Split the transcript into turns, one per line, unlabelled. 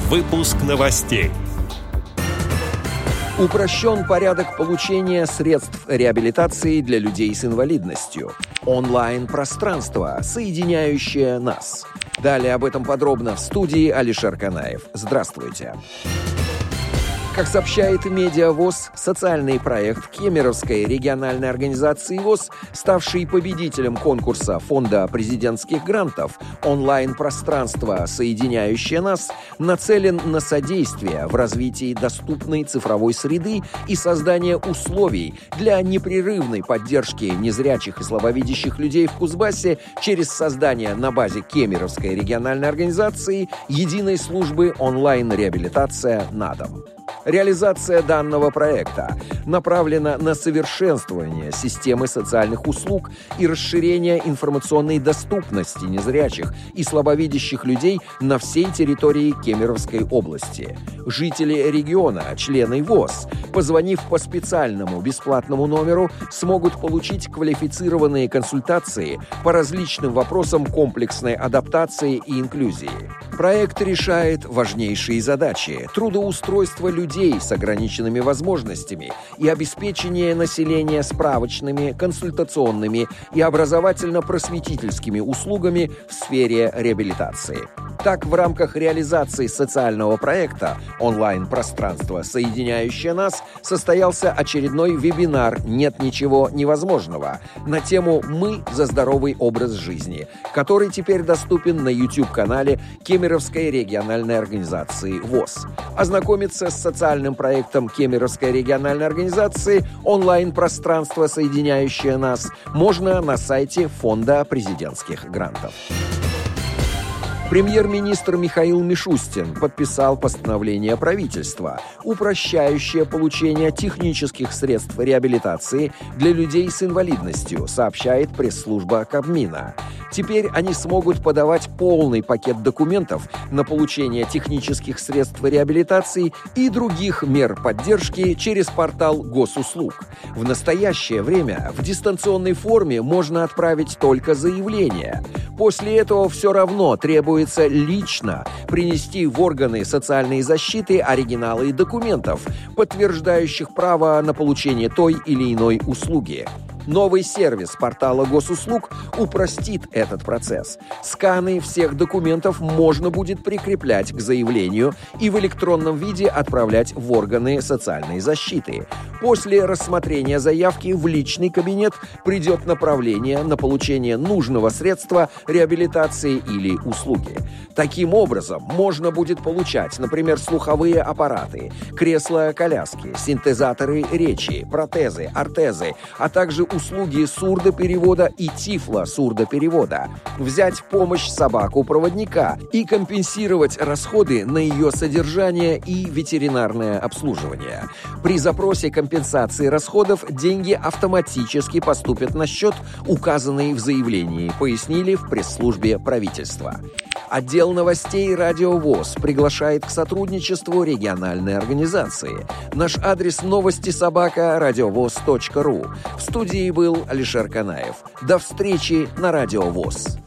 Выпуск новостей.
Упрощен порядок получения средств реабилитации для людей с инвалидностью. Онлайн-пространство, соединяющее нас. Далее об этом подробно в студии Алишер Канаев. Здравствуйте. Как сообщает Медиавоз, социальный проект Кемеровской региональной организации ВОС, ставший победителем конкурса Фонда президентских грантов «Онлайн-пространство, соединяющее нас», нацелен на содействие в развитии доступной цифровой среды и создание условий для непрерывной поддержки незрячих и слабовидящих людей в Кузбассе через создание на базе Кемеровской региональной организации единой службы онлайн-реабилитация на дом. Реализация данного проекта направлена на совершенствование системы социальных услуг и расширение информационной доступности незрячих и слабовидящих людей на всей территории Кемеровской области. Жители региона, члены ВОС, позвонив по специальному бесплатному номеру, смогут получить квалифицированные консультации по различным вопросам комплексной адаптации и инклюзии. Проект решает важнейшие задачи – трудоустройство людей с ограниченными возможностями и обеспечение населения справочными, консультационными и образовательно-просветительскими услугами в сфере реабилитации. Так, в рамках реализации социального проекта «Онлайн-пространство, соединяющее нас» состоялся очередной вебинар «Нет ничего невозможного» на тему «Мы за здоровый образ жизни», который теперь доступен на YouTube-канале Кемеровской региональной организации ВОС. Ознакомиться с социальным проектом Кемеровской региональной организации «Онлайн-пространство, соединяющее нас» можно на сайте Фонда президентских грантов. Премьер-министр Михаил Мишустин подписал постановление правительства, упрощающее получение технических средств реабилитации для людей с инвалидностью, сообщает пресс-служба Кабмина. Теперь они смогут подавать полный пакет документов на получение технических средств реабилитации и других мер поддержки через портал госуслуг. В настоящее время в дистанционной форме можно отправить только заявление. После этого все равно требуется лично принести в органы социальной защиты оригиналы документов, подтверждающих право на получение той или иной услуги. Новый сервис портала госуслуг упростит этот процесс. Сканы всех документов можно будет прикреплять к заявлению и в электронном виде отправлять в органы социальной защиты. После рассмотрения заявки в личный кабинет придет направление на получение нужного средства реабилитации или услуги. Таким образом, можно будет получать, например, слуховые аппараты, кресла-коляски, синтезаторы речи, протезы, ортезы, а также услуги сурдоперевода и тифло-сурдоперевода, взять в помощь собаку-проводника и компенсировать расходы на ее содержание и ветеринарное обслуживание. При запросе компенсации расходов деньги автоматически поступят на счет, указанный в заявлении, пояснили в пресс-службе правительства. Отдел новостей «Радио ВОС» приглашает к сотрудничеству региональной организации. Наш адрес новости@радиовоз.ру. В студии был Алишер Канаев. До встречи на «Радио ВОС».